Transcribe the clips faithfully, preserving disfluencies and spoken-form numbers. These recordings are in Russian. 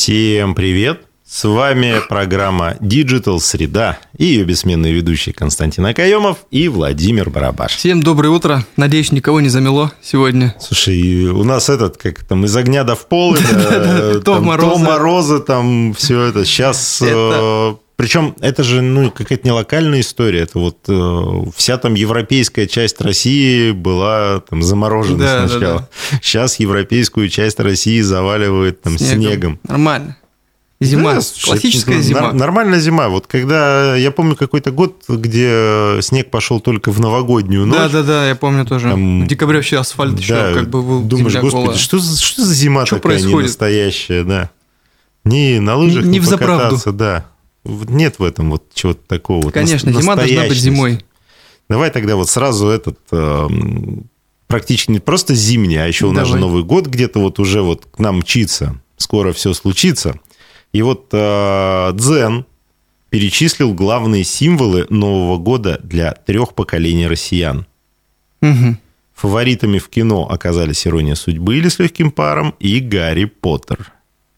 Всем привет! С вами программа Digital Среда и ее бессменные ведущие Константин Акаемов и Владимир Барабаш. Всем доброе утро. Надеюсь, никого не замело сегодня. Слушай, у нас этот, как там, из огня до в пол, то морозы, там все это. Сейчас... Причем это же ну, какая-то не локальная история. Это вот э, вся там европейская часть России была там заморожена да, сначала. Да, да. Сейчас европейскую часть России заваливает там снегом. снегом. Нормально. Зима. Да, классическая это, зима. Нормальная зима. Вот когда, я помню какой-то год, где снег пошел только в новогоднюю ночь. Да, да, да, я помню тоже. Там, в декабре вообще асфальт да, еще как бы был. Думаешь, господи, что за, что за зима что такая происходит? Не настоящая, да. Не на лыжах не, не, не покататься, да. Нет в этом вот чего-то такого. Конечно, зима должна быть зимой. Давай тогда вот сразу этот э, практически не просто зимний, а еще у нас Давай. же Новый год где-то вот уже вот к нам мчится. Скоро все случится. И вот э, Дзен перечислил главные символы Нового года для трех поколений россиян. Угу. Фаворитами в кино оказались «Ирония судьбы» или «С легким паром» и «Гарри Поттер».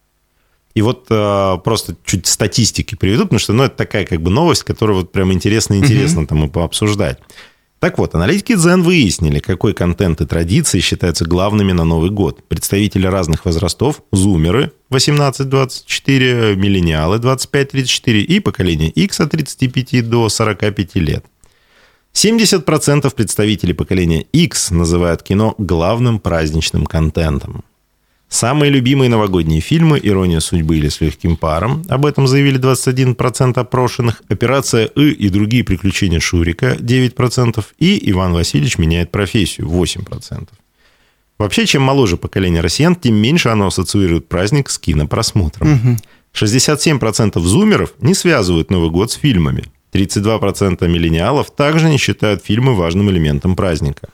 И вот э, просто чуть статистики приведу, потому что ну, это такая как бы новость, которую вот прям интересно-интересно mm-hmm. там и пообсуждать. Так вот, аналитики Дзен выяснили, какой контент и традиции считаются главными на Новый год. Представители разных возрастов, зумеры восемнадцать двадцать четыре, миллениалы двадцать пять тридцать четыре и поколение X от тридцати пяти до сорока пяти лет. семьдесят процентов представителей поколения X называют кино главным праздничным контентом. Самые любимые новогодние фильмы «Ирония судьбы» или «С легким паром», об этом заявили двадцать один процент опрошенных, «Операция И» и другие приключения Шурика, девять процентов, и «Иван Васильевич меняет профессию», восемь процентов. Вообще, чем моложе поколение россиян, тем меньше оно ассоциирует праздник с кинопросмотром. Угу. шестьдесят семь процентов зумеров не связывают Новый год с фильмами. тридцать два процента миллениалов также не считают фильмы важным элементом праздника.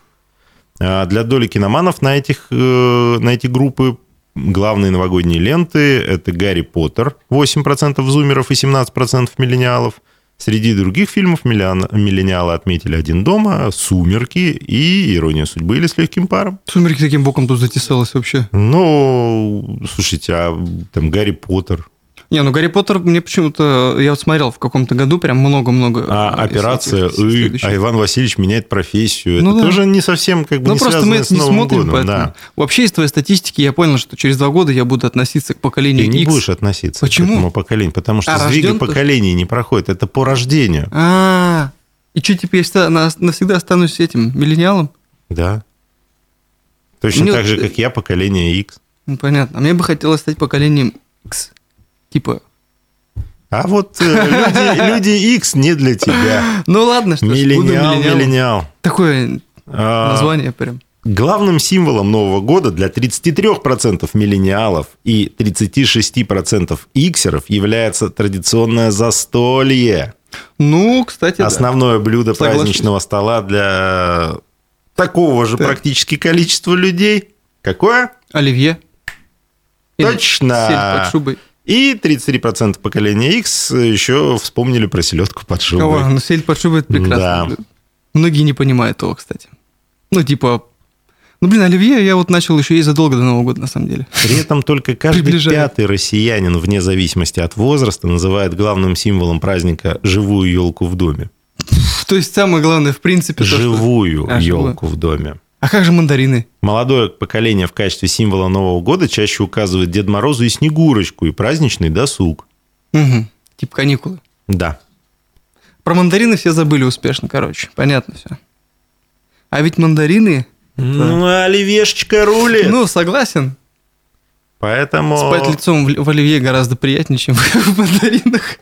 А для доли киноманов на, этих, на эти группы главные новогодние ленты – это «Гарри Поттер», восемь процентов зумеров и семнадцать процентов миллениалов. Среди других фильмов миллениалы отметили «Один дома», «Сумерки» и «Ирония судьбы» или «С легким паром». «Сумерки» каким боком тут затесалось вообще? Ну, слушайте, а там «Гарри Поттер». Не, ну «Гарри Поттер» мне почему-то... Я вот смотрел в каком-то году прям много-много... А «Операция И», а Иван Васильевич меняет профессию. Ну, это да. тоже не совсем как бы ну, не просто связано мы это с не Новым смотрим, годом. Поэтому... Да. Вообще из твоей статистики я понял, что через два года я буду относиться к поколению Ты не X. будешь относиться Почему? к этому поколению, потому что а, сдвига поколений не проходит. Это по рождению. А, и что, теперь я навсегда останусь этим миллениалом? Да. Точно Мне так вот... же, как я, поколение X. Ну, понятно. А мне бы хотелось стать поколением X. Типа... А вот э, люди, люди X не для тебя. Ну ладно, что ж, миллениал, миллениал. Такое а, название прям. Главным символом Нового года для тридцати трёх процентов миллениалов и тридцати шести процентов иксеров является традиционное застолье. Ну, кстати, Основное да. блюдо Соглашусь. праздничного стола для такого же так. практически количества людей. Какое? Оливье. Точно. Сель под шубой. И тридцать три процента поколения X еще вспомнили про селедку под шубой. Кого? Ну, сель под шубой – это прекрасно. Да. Многие не понимают того, кстати. Ну, типа... Ну, блин, оливье я вот начал еще есть задолго до Нового года, на самом деле. При этом только каждый пятый россиянин, вне зависимости от возраста, называет главным символом праздника живую елку в доме. То есть, самое главное, в принципе... Живую то, что... елку а, в доме. А как же мандарины? Молодое поколение в качестве символа Нового года чаще указывает Деда Мороза и Снегурочку, и праздничный досуг. Угу. Типа каникулы. Да. Про мандарины все забыли успешно, короче. Понятно все. А ведь мандарины... Ну, это... оливьешечка рулит. Ну, согласен. Поэтому... Спать лицом в оливье гораздо приятнее, чем в мандаринах.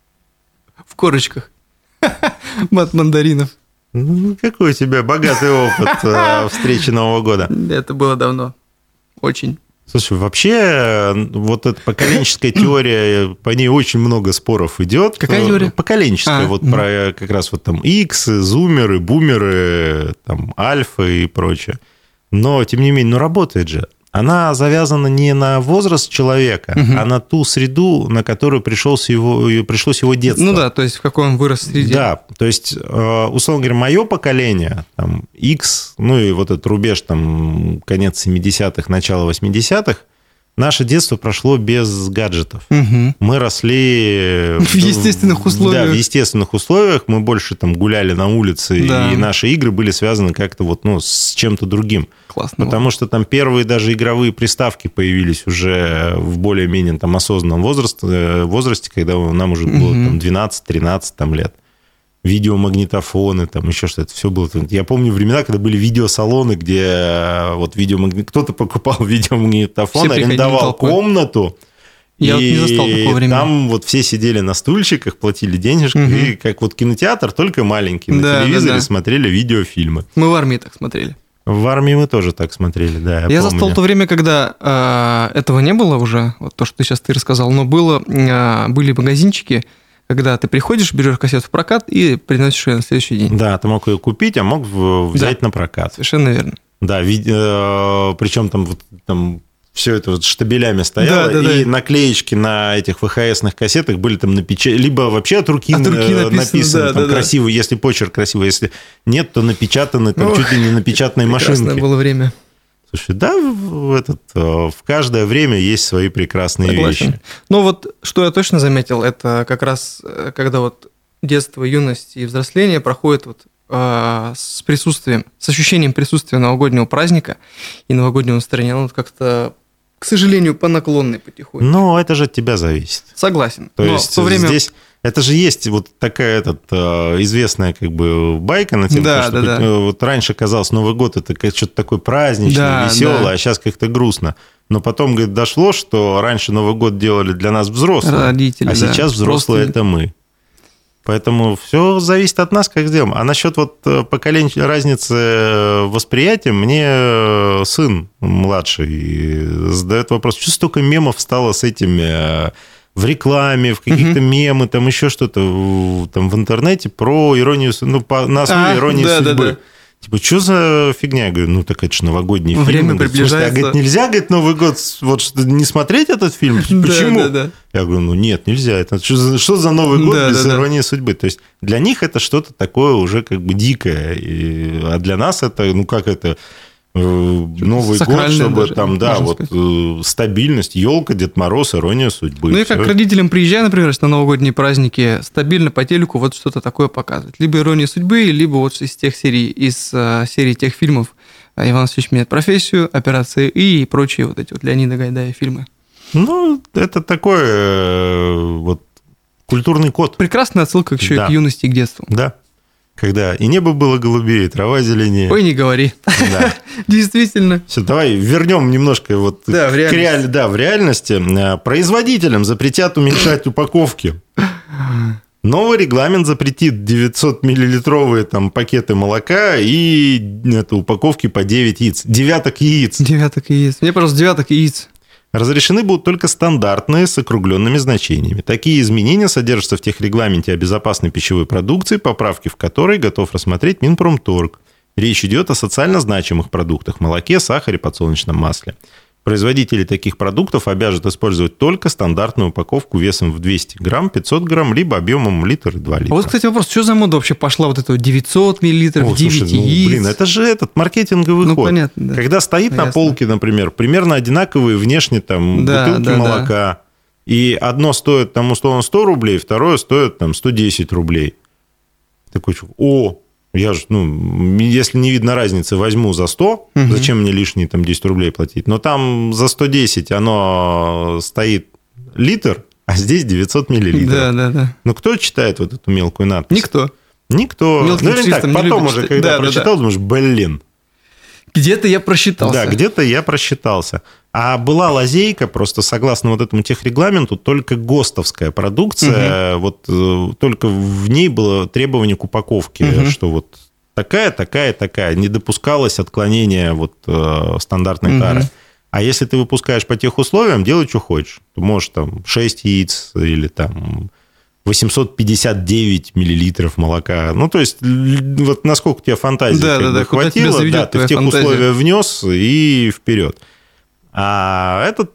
В корочках. От мандаринов. Ну, какой у тебя богатый опыт встречи Нового года. Это было давно. Очень. Слушай, вообще, вот эта поколенческая теория, по ней очень много споров идет. Какая теория? Поколенческая, а, вот ну. про как раз вот там X, зумеры, бумеры, там альфа и прочее. Но, тем не менее, ну работает же. Она завязана не на возраст человека, угу. а на ту среду, на которую пришелся его, пришлось его детство. Ну да, то есть в какой он вырос в среде. Да, то есть, условно говоря, мое поколение, там, X, ну и вот этот рубеж, там, конец семидесятых, начало восьмидесятых, Наше детство прошло без гаджетов. Угу. Мы росли... В естественных условиях. Да, в естественных условиях. Мы больше там гуляли на улице, да. И наши игры были связаны как-то вот, ну, с чем-то другим. Классно. Потому что там первые даже игровые приставки появились уже в более-менее там осознанном возрасте, возрасте, когда нам уже было угу. там двенадцать-тринадцать там, лет. Видеомагнитофоны, там еще что-то, все было. Я помню времена, когда были видеосалоны, где вот видеомагнит... кто-то покупал видеомагнитофон, арендовал комнату, я и вот не застал такого времени. Там вот все сидели на стульчиках, платили денежки, угу. и как вот кинотеатр, только маленький, на да, телевизоре да, да. смотрели видеофильмы. Мы в армии так смотрели. В армии мы тоже так смотрели, да, я, я помню. застал то время, когда э, этого не было уже, вот то, что ты сейчас ты рассказал, но было, э, были магазинчики, когда ты приходишь, берешь кассету в прокат и приносишь ее на следующий день. Да, ты мог ее купить, а мог взять да, на прокат. Совершенно верно. Да, видео, причем там, вот, там все это вот штабелями стояло, да, да, и да. наклеечки на этих вэ ха эсных кассетах были там напечатаны, либо вообще от руки, от руки написаны, написаны да, там да, красивый, да. если почерк красивый, если нет, то напечатаны там Ох, чуть ли не на печатной машинке. Прекрасное было время. Слушай, да, в, этот, в каждое время есть свои прекрасные Согласен. Вещи. Ну вот, что я точно заметил, это как раз, когда вот детство, юность и взросление проходит вот э, с присутствием, с ощущением присутствия новогоднего праздника и новогоднего настроения, оно вот как-то, к сожалению, по наклонной потихоньку. Ну, это же от тебя зависит. Согласен. То Но есть в то время... здесь... Это же есть вот такая этот, известная как бы байка на тему, да, что да, да. вот раньше казалось Новый год это что-то такое праздничное, да, веселое, да. а сейчас как-то грустно. Но потом, говорит, дошло, что раньше Новый год делали для нас взрослые, Родители, а да. сейчас взрослые это мы. Поэтому все зависит от нас, как сделаем. А насчет вот поколений, разницы восприятия, мне сын младший задает вопрос, что столько мемов стало с этими... в рекламе, в каких-то mm-hmm. мемы, там еще что-то там в интернете про иронию, ну, по, на основе а, иронии да, судьбы. Да, да. Типа, что за фигня? Я говорю, ну, так это же новогодний фильм. Время приближается. А, говорит, нельзя, говорит, Новый год, вот не смотреть этот фильм? Почему? Да, да, да. Я говорю, ну, нет, нельзя. Это что за, что за Новый год да, без да, иронии да. судьбы? То есть для них это что-то такое уже как бы дикое. И, а для нас это, ну, как это... Новый год, чтобы даже, там, да, вот сказать. Стабильность, елка, Дед Мороз, ирония судьбы. Ну, и как к родителям приезжаю, например, на новогодние праздники, стабильно по телеку вот что-то такое показывать. Либо ирония судьбы, либо вот из тех серий, из uh, серии тех фильмов «Иван Васильевич меняет профессию», «Операция И» и прочие вот эти вот Леонида Гайдая фильмы. Ну, это такой вот культурный код. Прекрасная отсылка еще да. и к юности, и к детству. Да. Когда и небо было голубее, и трава зеленее. Ой, не говори. Да. Действительно. Все, давай вернем немножко вот да, в реальности. К реаль... да, в реальности. Производителям запретят уменьшать упаковки. Новый регламент запретит девятисотмиллилитровые там пакеты молока и это, упаковки по девять яиц. Девяток яиц. Девяток яиц. Мне, пожалуйста, девяток яиц. Разрешены будут только стандартные с округленными значениями. Такие изменения содержатся в техрегламенте о безопасной пищевой продукции, поправки в которой готов рассмотреть Минпромторг. Речь идет о социально значимых продуктах – молоке, сахаре, подсолнечном масле. Производители таких продуктов обяжут использовать только стандартную упаковку весом в двести грамм, пятьсот грамм, либо объемом литр и два литра. А вот, кстати, вопрос, что за мода вообще пошла вот это девятьсот миллилитров, О, девять слушай, яиц? Ну, блин, это же этот маркетинговый ну, ход. Понятно, да. Когда стоит Ясно. На полке, например, примерно одинаковые внешне там да, бутылки да, молока, да. и одно стоит там условно сто рублей, второе стоит там сто десять рублей. Такой, о, я же, ну, если не видно разницы, возьму за сто, угу. зачем мне лишние там десять рублей платить? Но там за сто десять оно стоит литр, а здесь девятьсот миллилитров. Да, да, да. Ну, кто читает вот эту мелкую надпись? Никто. Никто. Мелким ну, так, потом уже, читать. Когда да, прочитал, да, да. думаешь, блин. Где-то я просчитался. Да, где-то я просчитался. А была лазейка, просто согласно вот этому техрегламенту, только ГОСТовская продукция, угу. вот только в ней было требование к упаковке, угу. что вот такая, такая, такая. Не допускалось отклонения вот стандартной угу. тары. А если ты выпускаешь по тех условиям, делай, что хочешь. Ты можешь там шесть яиц или там восемьсот пятьдесят девять миллилитров молока. Ну, то есть, вот насколько тебе фантазии да, да, да, хватило, да, ты в тех фантазия. Условия внес и вперед. А этот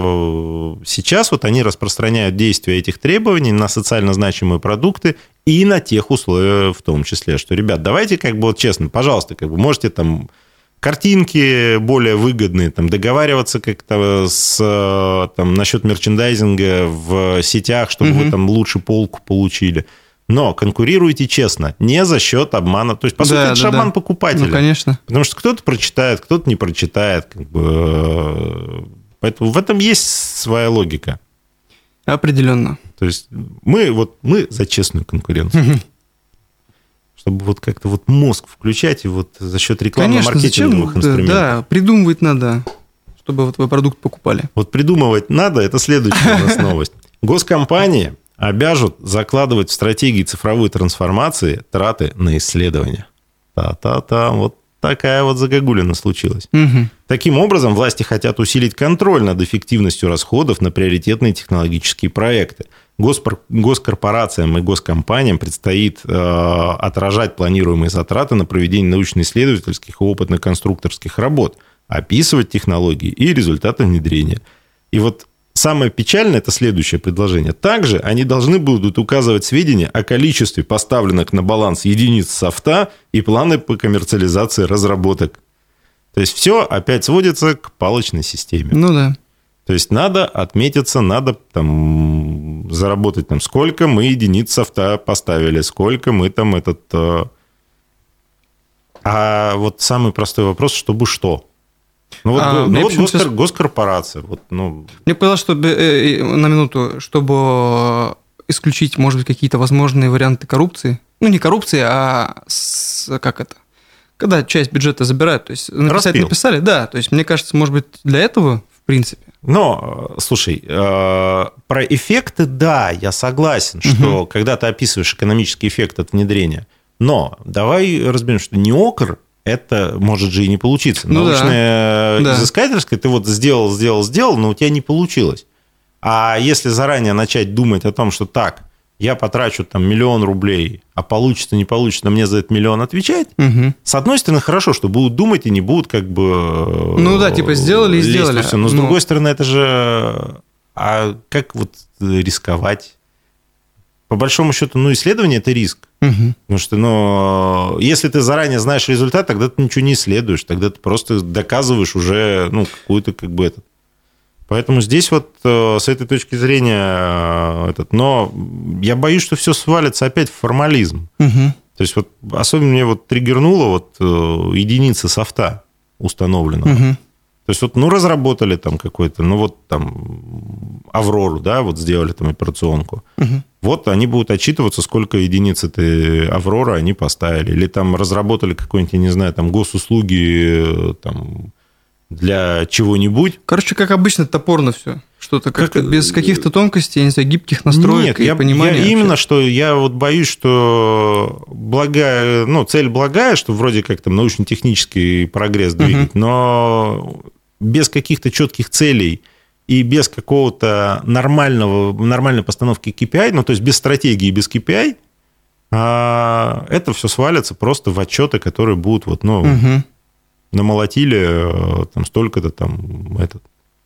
сейчас вот они распространяют действие этих требований на социально значимые продукты и на тех условия в том числе, что, ребят, давайте как бы вот честно, пожалуйста, как бы можете там картинки более выгодные, там, договариваться как-то с, там, насчет мерчендайзинга в сетях, чтобы угу. вы там лучше полку получили. Но конкурируйте честно, не за счет обмана. То есть, по да, сути, это да, же обман да. покупателя. Ну, конечно. Потому что кто-то прочитает, кто-то не прочитает. Как бы... Поэтому в этом есть своя логика. Определенно. То есть мы, вот, мы за честную конкуренцию. Угу. Чтобы вот как-то вот мозг включать и вот за счет рекламно-маркетинговых инструментов. Да, придумывать надо, чтобы вот вы продукт покупали. Вот придумывать надо, это следующая у нас новость. Госкомпании обяжут закладывать в стратегии цифровой трансформации траты на исследования. Та-та-та, вот такая вот загогулина случилась. Угу. Таким образом, власти хотят усилить контроль над эффективностью расходов на приоритетные технологические проекты. Госпор... Госкорпорациям и госкомпаниям предстоит э, отражать планируемые затраты на проведение научно-исследовательских и опытно-конструкторских работ, описывать технологии и результаты внедрения. И вот самое печальное – это следующее предложение. Также они должны будут указывать сведения о количестве поставленных на баланс единиц софта и планы по коммерциализации разработок. То есть все опять сводится к палочной системе. Ну да. То есть надо отметиться, надо там заработать, там, сколько мы единиц софта поставили, сколько мы там этот... А вот самый простой вопрос, чтобы что? Ну вот, а, ну, вот госкор, сейчас... госкорпорация. Вот, ну... Мне показалось, что э, на минуту, чтобы исключить, может быть, какие-то возможные варианты коррупции. Ну, не коррупции, а с, как это? Когда часть бюджета забирают. То есть написать Распил. написали, да. То есть, мне кажется, может быть, для этого, в принципе. Но, слушай, э, про эффекты, да, я согласен, что угу. когда ты описываешь экономический эффект от внедрения. Но давай разберем, что не ОКР, это может же и не получиться. Ну, научное да. изыскательское, ты вот сделал, сделал, сделал, но у тебя не получилось. А если заранее начать думать о том, что так, я потрачу там миллион рублей, а получится, не получится, мне за этот миллион отвечать, угу. с одной стороны, хорошо, что будут думать и не будут как бы... Ну да, типа сделали и сделали. Все. Но с но... другой стороны, это же... А как вот рисковать? По большому счету, ну, исследование – это риск. Угу. Потому что, ну, если ты заранее знаешь результат, тогда ты ничего не исследуешь, тогда ты просто доказываешь уже, ну, какую-то как бы этот. Поэтому здесь вот с этой точки зрения этот. Но я боюсь, что все свалится опять в формализм. Угу. То есть вот особенно мне вот триггернуло вот единицы софта установленного. Угу. То есть вот, ну, разработали там какой-то, ну, вот там Аврору, да, вот сделали там операционку. Угу. Вот они будут отчитываться, сколько единиц этой Авроры они поставили. Или там разработали какой-нибудь, я не знаю, там госуслуги там, для чего-нибудь. Короче, как обычно, топорно все. Что-то как-то как... без каких-то тонкостей, не знаю, гибких настроек. Нет, и я, понимания. Я именно, что я вот боюсь, что благая, ну, цель благая, что вроде как там научно-технический прогресс двигать, угу. но без каких-то четких целей и без какого-то нормального, нормальной постановки кей пи ай, ну, то есть без стратегии, без кей пи ай, это все свалится просто в отчеты, которые будут вот, ну, угу. намолотили там столько-то там этот.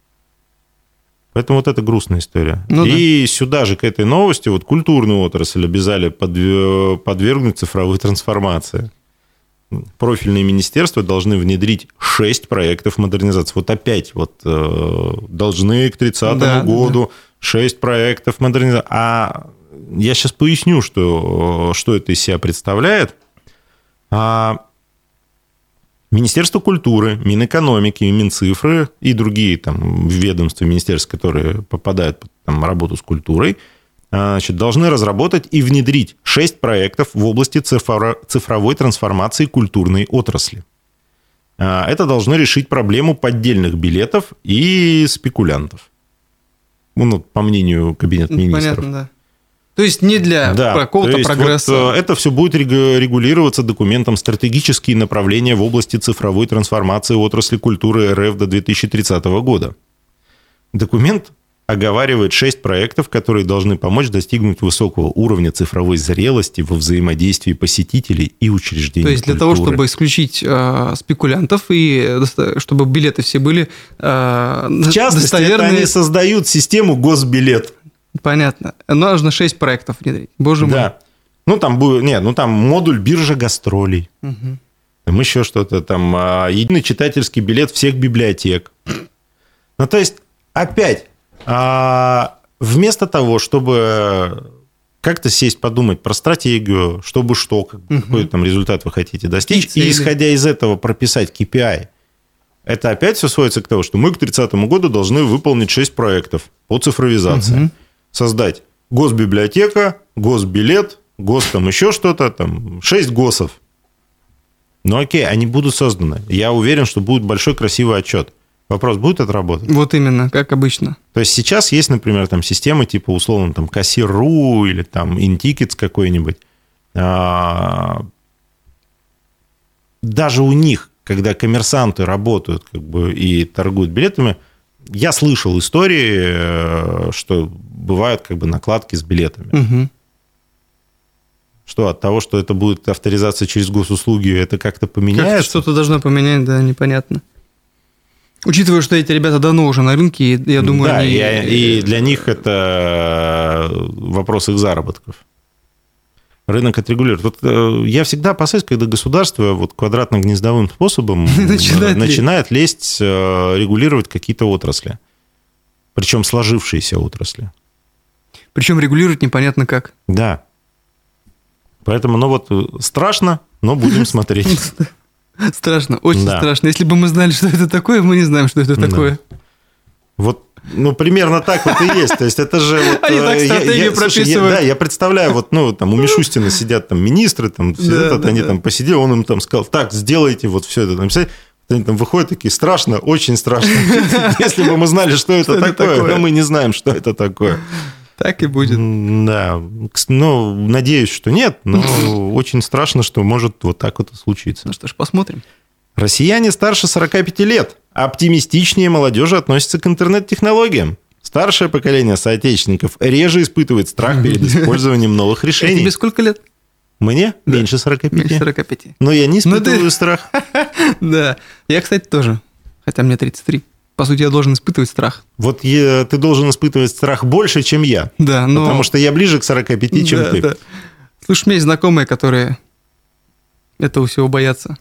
Поэтому вот это грустная история. Ну, и да. сюда же, к этой новости, вот культурную отрасль обязали подвергнуть цифровой трансформации. Профильные министерства должны внедрить шесть проектов модернизации. Вот опять вот должны к тридцатому да, году да. шесть проектов модернизации. А я сейчас поясню, что, что это из себя представляет. Министерство культуры, Минэкономики, Минцифры и другие там ведомства, министерства, которые попадают под там, работу с культурой, значит, должны разработать и внедрить шесть проектов в области цифро- цифровой трансформации культурной отрасли. Это должно решить проблему поддельных билетов и спекулянтов. Ну, по мнению Кабинета министров. Понятно, да. То есть не для да, какого-то прогресса. Вот это все будет регулироваться документом «Стратегические направления в области цифровой трансформации отрасли культуры эр эф до две тысячи тридцатого года». Документ оговаривает шесть проектов, которые должны помочь достигнуть высокого уровня цифровой зрелости во взаимодействии посетителей и учреждений. То есть для культуры. того, чтобы исключить э, спекулянтов и чтобы билеты все были э, В частности, достоверные... это они создают систему госбилет. Понятно. Нужно шесть проектов внедрить. Боже мой. Да. Ну, там будет... Нет, ну, там модуль биржа гастролей. Угу. там еще что-то, там, единый читательский билет всех библиотек. Ну, то есть, опять, вместо того, чтобы как-то сесть, подумать про стратегию, чтобы что, какой там результат вы хотите достичь, и, исходя из этого, прописать кей пи ай, это опять все сводится к тому, что мы к тридцатому году должны выполнить шесть проектов по цифровизации. Угу. Создать госбиблиотека, госбилет, гос там еще что-то, там шесть госов. Ну окей, они будут созданы. Я уверен, что будет большой красивый отчет. Вопрос, будет это работать? Вот именно, как обычно. То есть сейчас есть, например, там системы типа условно там кассир точка ру или там InTickets какой-нибудь. Даже у них, когда коммерсанты работают как бы, и торгуют билетами, я слышал истории, что бывают как бы накладки с билетами. Угу. Что от того, что это будет авторизация через госуслуги, это как-то поменяется? Как-то что-то должно поменять, да, непонятно. Учитывая, что эти ребята давно уже на рынке, я думаю, да, они... и, и для них это вопрос их заработков. Рынок отрегулирует. Вот я всегда опасаюсь, когда государство вот квадратно-гнездовым способом начинает, начинает лезть, регулировать какие-то отрасли. Причем сложившиеся отрасли. Причем регулировать непонятно как. Да. Поэтому, ну вот, страшно, но будем смотреть. Страшно, очень да. страшно. Если бы мы знали, что это такое, мы не знаем, что это такое. Да. Вот, ну, примерно так вот и есть. То есть, это же... Вот, они так стратегию я, я, прописывают. Слушай, я, да, я представляю, вот, ну, там, у Мишустина сидят там министры, там, все да, это, да, они да. там посидели, он им там сказал, так, сделайте вот все это. Там, они там выходят такие, страшно, очень страшно. Если бы мы знали, что это такое, но мы не знаем, что это такое. Так и будет. Да, ну, надеюсь, что нет, но очень страшно, что может вот так вот и случиться. Ну что ж, посмотрим. Россияне старше сорока пяти лет оптимистичнее молодежи относятся к интернет-технологиям. Старшее поколение соотечественников реже испытывает страх перед использованием новых решений. Тебе сколько лет? Мне? Да. Меньше сорока пяти. Меньше сорока пяти. Но я не испытываю страх. Да, я, кстати, тоже, хотя мне тридцать три. По сути, я должен испытывать страх. Вот я, ты должен испытывать страх больше, чем я. Да, но... Потому что я ближе к сорока пяти, чем да, ты. Да. Слушай, у меня есть знакомые, которые этого всего боятся.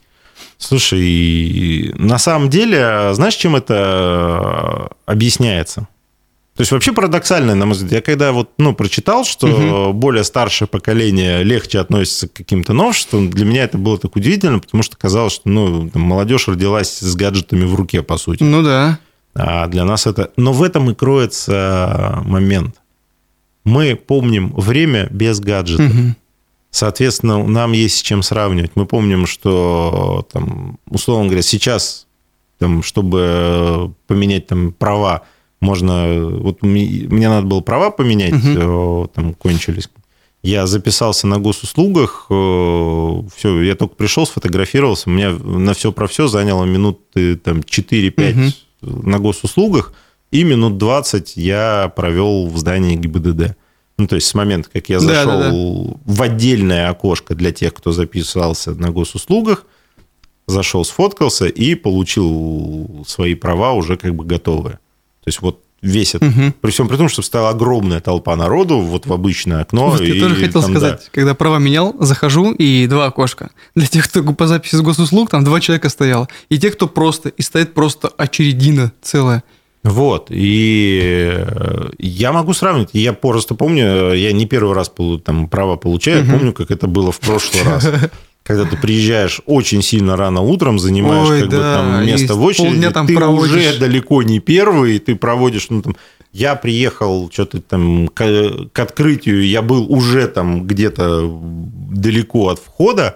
Слушай, на самом деле, знаешь, чем это объясняется? То есть, вообще парадоксально, на мой взгляд. Я когда вот, ну, прочитал, что угу. более старшее поколение легче относится к каким-то новшествам, для меня это было так удивительно, потому что казалось, что ну, там, молодежь родилась с гаджетами в руке, по сути. Ну да. А для нас это... Но в этом и кроется момент. Мы помним время без гаджетов. Угу. Соответственно, нам есть с чем сравнивать. Мы помним, что, там, условно говоря, сейчас, там, чтобы поменять там, права, можно... Вот мне надо было права поменять, угу. там кончились. Я записался на госуслугах, все, я только пришел, сфотографировался, у меня на все про все заняло минуты там, четыре-пять угу. на госуслугах, и минут двадцать я провел в здании ГИБДД. Ну, то есть, с момента, как я зашел да, да, да. в отдельное окошко для тех, кто записался на госуслугах, зашел, сфоткался и получил свои права уже как бы готовые. То есть, вот весь этот... Угу. При всем при том, что стояла огромная толпа народу вот в обычное окно. Вот я тоже хотел там, сказать, да. когда права менял, захожу, и два окошка. Для тех, кто по записи с госуслуг, там два человека стояло. И те, кто просто... И стоит просто очередина целая. Вот, и я могу сравнить. Я просто помню, я не первый раз там права получаю, угу. помню, как это было в прошлый раз. Когда ты приезжаешь очень сильно рано утром, занимаешь Ой, как да, бы, там, место в очереди, ты проводишь. Уже далеко не первый, ты проводишь... Ну, там, я приехал что-то там к, к открытию, я был уже там где-то далеко от входа,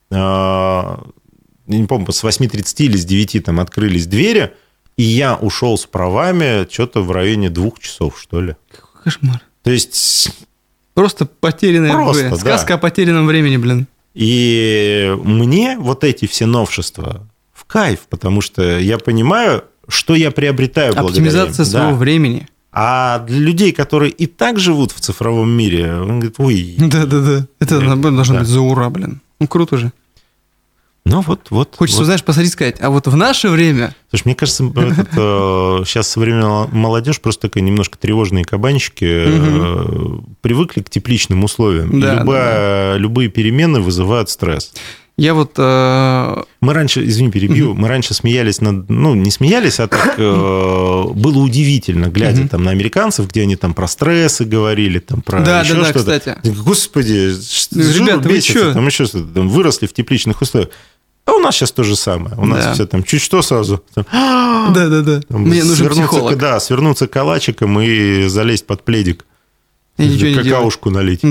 я не помню, с восьми тридцати или с девяти там открылись двери, и я ушел с правами что-то в районе двух часов, что ли. Какой кошмар. То есть... Просто потерянное время. Сказка да. о потерянном времени, блин. И мне вот эти все новшества в кайф, потому что я понимаю, что я приобретаю благодаря им. Оптимизация своего да. времени. А для людей, которые и так живут в цифровом мире, он говорит, ой... Да-да-да, это я... должно да. быть за ура, блин. Ну, круто же. Ну, вот, вот. Хочется, вот. знаешь, посмотреть, сказать, а вот в наше время... Слушай, мне кажется, этот, сейчас современная молодежь просто такая немножко тревожные кабанчики, угу. привыкли к тепличным условиям. Да, и любая, да, да. любые перемены вызывают стресс. Я вот... Э... Мы раньше, извини, перебью, mm-hmm. мы раньше смеялись над... Ну, не смеялись, а так э, было удивительно, глядя mm-hmm. там на американцев, где они там про стрессы говорили, там про да, еще да, да, что-то. Кстати. Господи, ребята, вы что? Там еще что-то, там выросли в тепличных условиях. А у нас сейчас то же самое. У нас да. все там чуть что сразу. Да-да-да. Мне нужен психолог. Да, свернуться калачиком и залезть под пледик. И какаушку налить.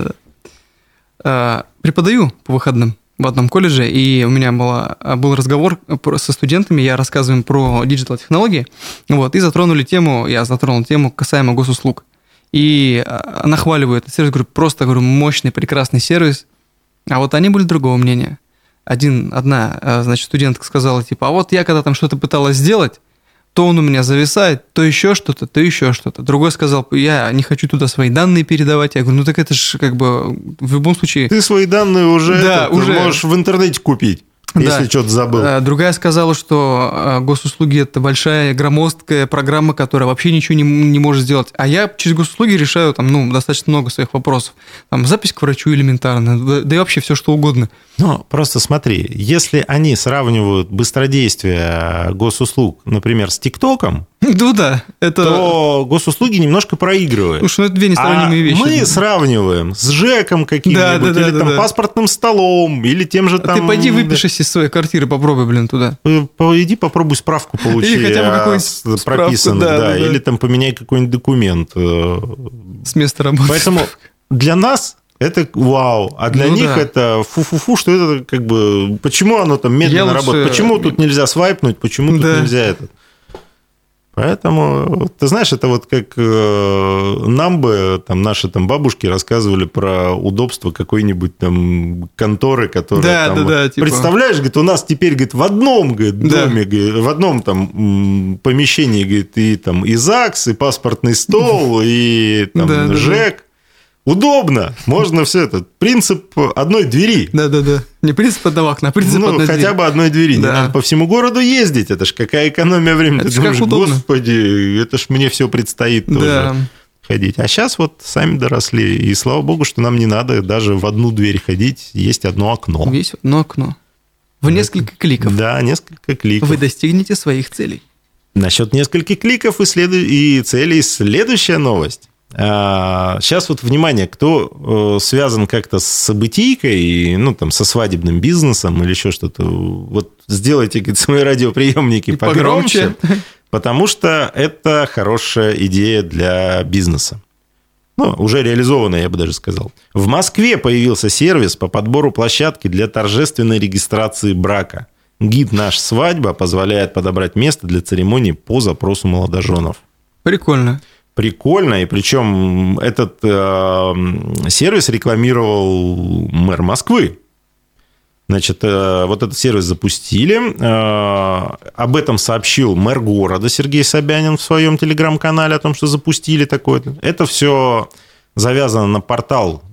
Да-да-да. Преподаю по выходным в одном колледже, и у меня была, был разговор со студентами, я рассказываю им про диджитал-технологии, вот, и затронули тему, я затронул тему касаемо госуслуг. И нахваливаю этот сервис, говорю, просто, говорю, мощный, прекрасный сервис. А вот они были другого мнения. Один, одна, значит, студентка сказала, типа, а вот я когда там что-то пыталась сделать, то он у меня зависает, то еще что-то, то еще что-то. Другой сказал, я не хочу туда свои данные передавать. Я говорю, ну так это же как бы в любом случае... Ты свои данные уже, да, это, уже... можешь в интернете купить, да. если что-то забыл. Другая сказала, что госуслуги – это большая громоздкая программа, которая вообще ничего не, не может сделать. А я через госуслуги решаю там, ну, достаточно много своих вопросов. Там, запись к врачу элементарно, да и вообще все что угодно. Ну, просто смотри, если они сравнивают быстродействие госуслуг, например, с ТикТоком, ну да, это... то госуслуги немножко проигрывают. Потому что это две несравнимые а вещи. мы сравниваем с ЖЭКом каким-нибудь, да, да, или да, там да. паспортным столом, или тем же а там... ты пойди выпишись из своей квартиры, попробуй, блин, туда. Иди попробуй справку получи. Или хотя бы какую-нибудь прописанную, да, да, да, или там поменяй какой-нибудь документ. С места работы. Поэтому для нас... Это вау, а для ну, них да. это фу-фу-фу, что это как бы... Почему оно там медленно лучше... работает? Почему тут нельзя свайпнуть? Почему тут да. нельзя это? Поэтому, ты знаешь, это вот как нам бы, там, наши там бабушки рассказывали про удобство какой-нибудь там конторы, которая да, там... Да, да, типа... Представляешь, говорит, у нас теперь, говорит, в одном, говорит, да. доме, говорит, в одном там помещении, говорит, и там и ЗАГС, и паспортный стол, и там да, ЖЭК. Да. Удобно, можно все это. Принцип одной двери. Да-да-да. Не принцип одного окна, а принцип ну, одной хотя двери. бы одной двери. Да. Не надо по всему городу ездить. Это ж какая экономия времени. Это Ты думаешь, удобно. господи, это ж мне все предстоит тоже да. ходить. А сейчас вот сами доросли. И слава богу, что нам не надо даже в одну дверь ходить. Есть одно окно. Есть одно окно. В это... несколько кликов. Да, несколько кликов. Вы достигнете своих целей. Насчет нескольких кликов и, след... и целей следующая новость. Сейчас вот, внимание, кто связан как-то с событийкой, ну, там, со свадебным бизнесом или еще что-то, вот сделайте, говорит, свои радиоприемники погромче, погромче, потому что это хорошая идея для бизнеса. Ну, уже реализованная, я бы даже сказал. В Москве появился сервис по подбору площадки для торжественной регистрации брака. Гид «Наш свадьба» позволяет подобрать место для церемонии по запросу молодоженов. Прикольно. Прикольно, и причем этот э, сервис рекламировал мэр Москвы. Значит, э, вот этот сервис запустили. Э, об этом сообщил мэр города Сергей Собянин в своем телеграм-канале, о том, что запустили такое. Это все завязано на портал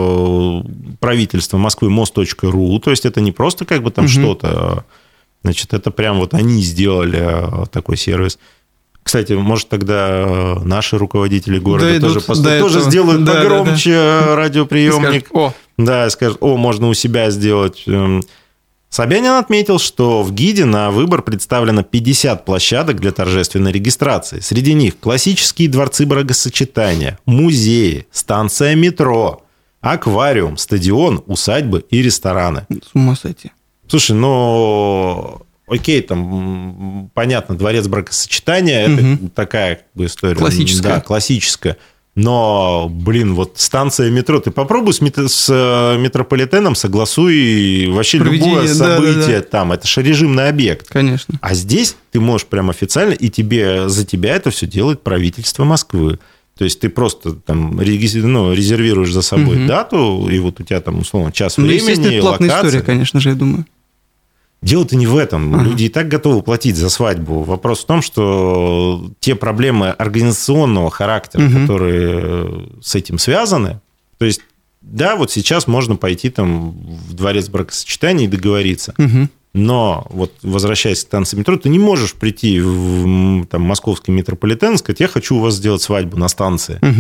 э, правительства Москвы мост точка ру. То есть это не просто как бы там угу. что-то. Значит, это прям вот они сделали такой сервис. Кстати, может, тогда наши руководители города тоже, пост... тоже сделают да, погромче да, да. радиоприемник. Скажут, о. Да, скажут, о, можно у себя сделать. Собянин отметил, что в гиде на выбор представлено пятьдесят площадок для торжественной регистрации. Среди них классические дворцы бракосочетания, музеи, станция метро, аквариум, стадион, усадьбы и рестораны. С ума сойти. Слушай, ну... Окей, там, понятно, дворец бракосочетания, угу. это такая как бы история. Классическая. Да, классическая. Но, блин, вот станция метро, ты попробуй с, метро, с метрополитеном согласуй вообще Проведение, любое событие да, да, да. там. Это же режимный объект. Конечно. А здесь ты можешь прям официально, и тебе, за тебя это все делает правительство Москвы. То есть ты просто там ну, резервируешь за собой угу. дату, и вот у тебя там, условно, час ну, времени, естественно, это платная локация. История, конечно же, я думаю. Дело-то не в этом. Ага. Люди и так готовы платить за свадьбу. Вопрос в том, что те проблемы организационного характера, угу. которые с этим связаны, то есть, да, вот сейчас можно пойти там в дворец бракосочетания и договориться. Угу. Но вот возвращаясь к станции метро, ты не можешь прийти в там, московский метрополитен и сказать, я хочу у вас сделать свадьбу на станции. Угу.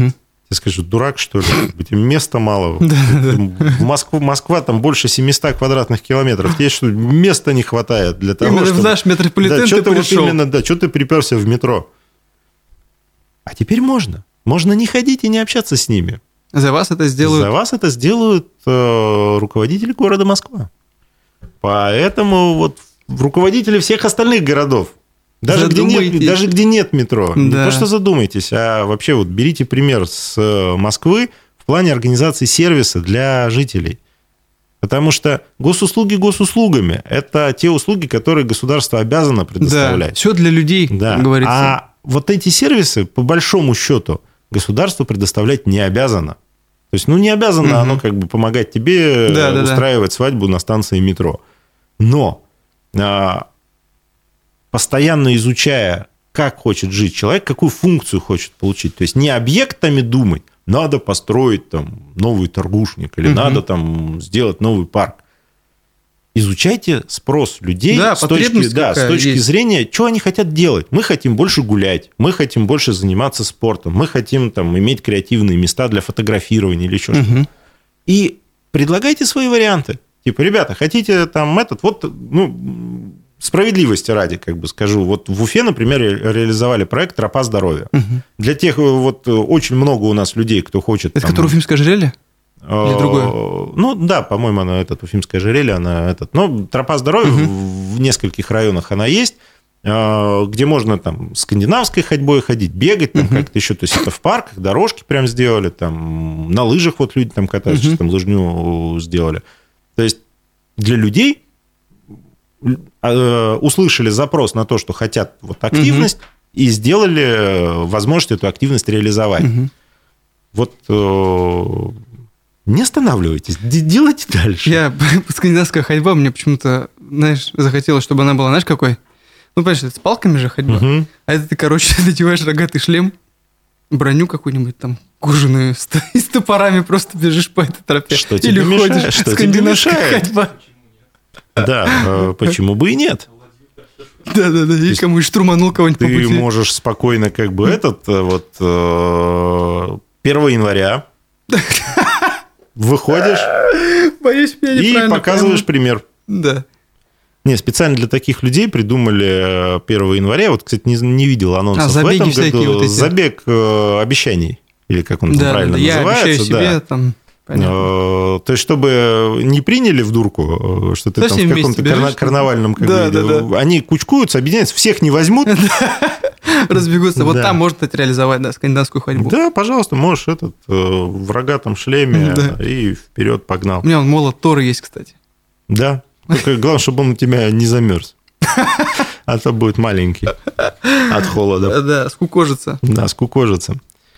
Тебе скажут, дурак, что ли? Тебе места мало. В Москву, Москва, там больше семьсот квадратных километров. Тебе что, места не хватает для того, именно чтобы... в наш метрополитен да, ты пришел. Вот именно, да, что ты приперся в метро? А теперь можно. Можно не ходить и не общаться с ними. За вас это сделают... За вас это сделают э, руководители города Москва. Поэтому вот руководители всех остальных городов, даже где, нет, даже где нет метро, да. Не то что задумайтесь, а вообще вот берите пример с Москвы в плане организации сервиса для жителей. Потому что госуслуги госуслугами – это те услуги, которые государство обязано предоставлять. Да, все для людей, да. Как говорится. А вот эти сервисы, по большому счету, государство предоставлять не обязано. То есть, ну, не обязано угу. оно как бы помогать тебе да, устраивать да, да. свадьбу на станции метро. Но а, постоянно изучая, как хочет жить человек, какую функцию хочет получить, то есть не объектами думать, надо построить там новый торгушник или угу. надо там сделать новый парк. Изучайте спрос людей да, с, точки, да, с точки зрения, что они хотят делать. Мы хотим больше гулять, мы хотим больше заниматься спортом, мы хотим там, иметь креативные места для фотографирования или еще угу. что-то. И предлагайте свои варианты. Типа, ребята, хотите там этот, вот, ну, справедливости ради, как бы скажу, вот в Уфе, например, реализовали проект «Тропа здоровья». Угу. Для тех, вот, очень много у нас людей, кто хочет... Это там, который Уфимское ожерелье? Или другое? Ну, да, по-моему, она этот, Уфимское ожерелье, она этот... Ну, «Тропа здоровья» угу. в нескольких районах она есть, где можно там скандинавской ходьбой ходить, бегать, там угу. как-то еще, то есть это в парках, дорожки прям сделали, там на лыжах вот люди там катаются, угу. там лыжню сделали. То есть для людей услышали запрос на то, что хотят вот активность, угу. и сделали возможность эту активность реализовать. Угу. Вот не останавливайтесь, делайте дальше. Я скандинавская ходьба, мне почему-то, знаешь, захотелось, чтобы она была, знаешь, какой? Ну, понимаешь, это с палками же ходьба. Угу. А это ты, короче, надеваешь рогатый шлем, броню какую-нибудь там кожаную, и с топорами просто бежишь по этой тропе. Что или тебе ходишь, мешает? Что тебе мешает? Ходьба. Да, почему бы и нет? Да-да-да, и кому и штурманул кого-нибудь по пути. Ты можешь спокойно как бы этот, вот, первого января выходишь Боюсь, и показываешь пример. Да. Не, специально для таких людей придумали первого января. Вот, кстати, не, не видел анонсов а, в этом году. Вот эти... Забег э, обещаний. Или как он да, правильно да, называется. Я обещаю себе, да. там... Понятно. То есть, чтобы не приняли в дурку, что ты Совсем там в каком-то карна- карнавальном... Как да, бы, да, да. Они кучкуются, объединяются, всех не возьмут. Разбегутся. Вот там можно это реализовать, да, скандинавскую ходьбу. Да, пожалуйста, можешь этот в рогатом шлеме и вперед погнал. У меня он молот Тора есть, кстати. Да. Только главное, чтобы он у тебя не замерз. А то будет маленький от холода. Да, скукожится. Да, скукожится.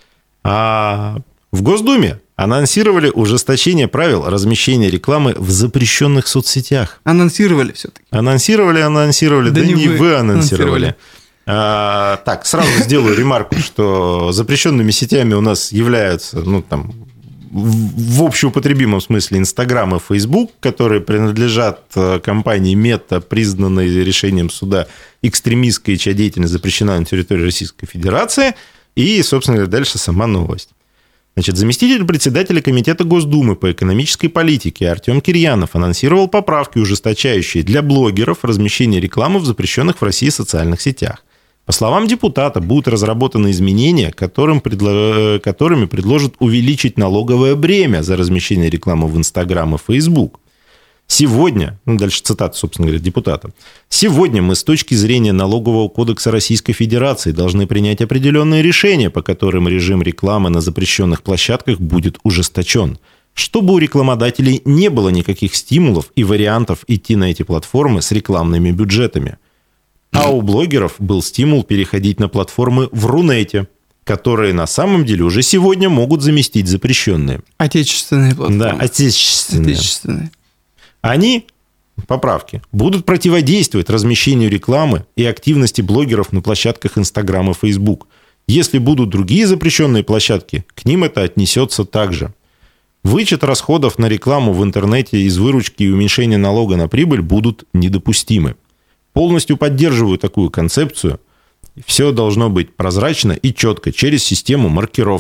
А в Госдуме анонсировали ужесточение правил размещения рекламы в запрещенных соцсетях. Анонсировали все-таки. Анонсировали, анонсировали, да, да не вы, вы анонсировали. А, так, сразу сделаю ремарку, что запрещенными сетями у нас являются, ну, там, в общеупотребимом смысле Инстаграм и Фейсбук, которые принадлежат компании Мета, признанной решением суда экстремистской, чья деятельность запрещена на территории Российской Федерации, и, собственно говоря, дальше сама новость. Значит, заместитель председателя Комитета Госдумы по экономической политике Артем Кирьянов анонсировал поправки, ужесточающие для блогеров размещение рекламы в запрещенных в России социальных сетях. По словам депутата, будут разработаны изменения, которым предло... которыми предложат увеличить налоговое бремя за размещение рекламы в Инстаграм и Фейсбук. Сегодня, ну, дальше цитата, собственно говоря, депутата, «Сегодня мы с точки зрения Налогового кодекса Российской Федерации должны принять определенные решения, по которым режим рекламы на запрещенных площадках будет ужесточен, чтобы у рекламодателей не было никаких стимулов и вариантов идти на эти платформы с рекламными бюджетами. А у блогеров был стимул переходить на платформы в Рунете, которые на самом деле уже сегодня могут заместить запрещенные». Отечественные платформы. Да, отечественные. Отечественные. Они, поправки, будут противодействовать размещению рекламы и активности блогеров на площадках Инстаграм и Фейсбук. Если будут другие запрещенные площадки, к ним это отнесется также. Вычет расходов на рекламу в интернете из выручки и уменьшение налога на прибыль будут недопустимы. Полностью поддерживаю такую концепцию. Все должно быть прозрачно и четко через систему маркировки.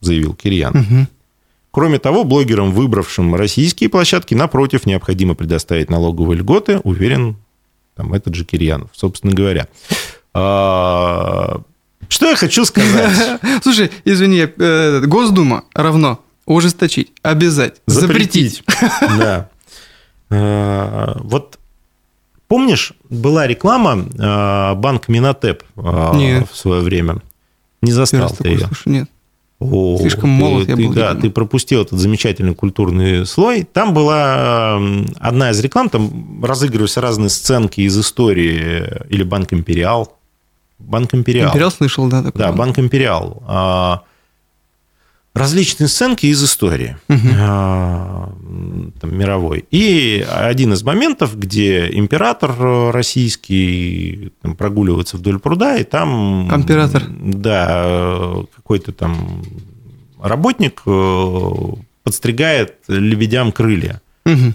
заявил Кирьян. Угу. Кроме того, блогерам, выбравшим российские площадки, напротив, необходимо предоставить налоговые льготы, уверен там этот же Кирьянов, собственно говоря. Что я хочу сказать? Слушай, извини, Госдума равно ужесточить, обязать, запретить. Да. Вот помнишь, была реклама банк Минотеп в свое время? Не застал ты ее? Нет. О, Слишком ты, молод я ты, был. Да, ты пропустил этот замечательный культурный слой. Там была одна из реклам, там разыгрывались разные сценки из истории. Или Банк Империал. Банк Империал. Империал слышал, да? Такой да, банк. Банк Империал. Различные сценки из истории угу. там, мировой. И один из моментов, где император российский там, прогуливается вдоль пруда, и там... Император. Да, какой-то там работник подстригает лебедям крылья. Угу.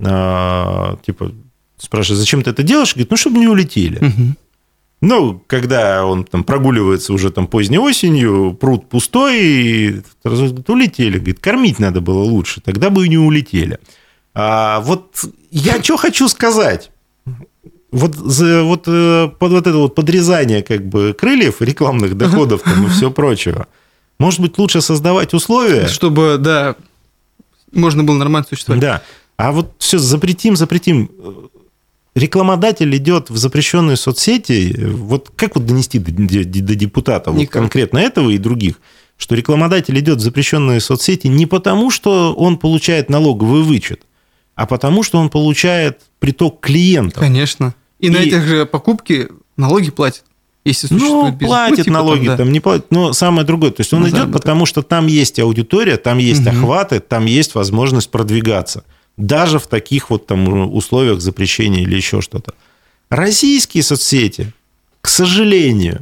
А, типа, спрашивает, зачем ты это делаешь? Говорит, ну, чтобы не улетели. Угу. Ну, когда он там прогуливается уже там поздней осенью, пруд пустой, улетели. Говорит, кормить надо было лучше, тогда бы и не улетели. А вот я что хочу сказать. Вот, вот под вот это вот подрезание как бы крыльев, рекламных доходов там, и всего прочего, может быть, лучше создавать условия... Чтобы, да, можно было нормально существовать. Да. А вот все запретим, запретим... Рекламодатель идет в запрещенные соцсети, вот как вот донести до, до, до депутатов, вот конкретно этого и других, что рекламодатель идет в запрещенные соцсети не потому, что он получает налоговый вычет, а потому, что он получает приток клиентов. Конечно. И, и... на этих же покупки налоги платят. Если ну, платит ну, налоги, там, да. там не платит, но самое другое. То есть он на идет, заработок. Потому что там есть аудитория, там есть угу. охваты, там есть возможность продвигаться. Даже в таких вот там условиях запрещения или еще что-то. Российские соцсети, к сожалению,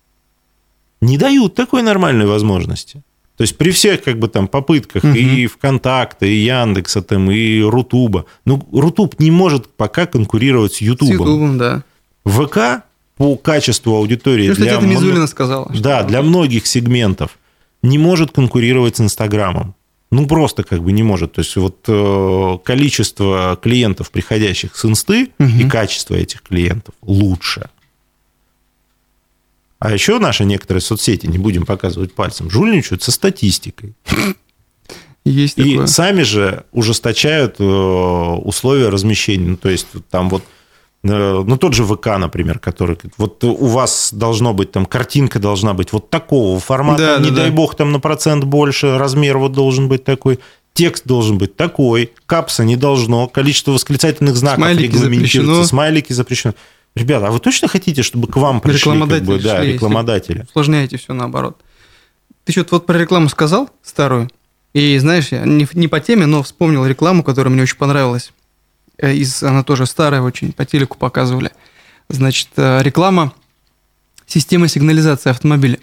не дают такой нормальной возможности. То есть при всех как бы там попытках угу. и ВКонтакта, и Яндекса, там, и Рутуба. Ну, Рутуб не может пока конкурировать с Ютубом. С Ютубом, да. ВК по качеству аудитории... Ну, для это Мизулина сказала. Да, для многих сегментов не может конкурировать с Инстаграмом. Ну, просто как бы не может. То есть, вот э, количество клиентов, приходящих с инсты, угу. и качество этих клиентов лучше. А еще наши некоторые соцсети, не будем показывать пальцем, жульничают со статистикой. Есть и такое. Сами же ужесточают э, условия размещения. Ну, то есть, там вот, э, ну, тот же ВК, например, который, вот у вас должно быть, там, картинка должна быть вот такого формата, да, не да, дай да. бог, там, на процент больше, размер вот должен быть такой, текст должен быть такой, капса не должно, количество восклицательных знаков смайлики регламентируется, запрещено. смайлики запрещены. Ребята, а вы точно хотите, чтобы к вам пришли рекламодатели, как бы, да, шли, рекламодатели? Усложняете все наоборот. Ты что-то вот про рекламу сказал, старую, и знаешь, я не, не по теме, но вспомнил рекламу, которая мне очень понравилась. Из, она тоже старая очень, по телеку показывали. Значит, реклама системы сигнализации автомобиля.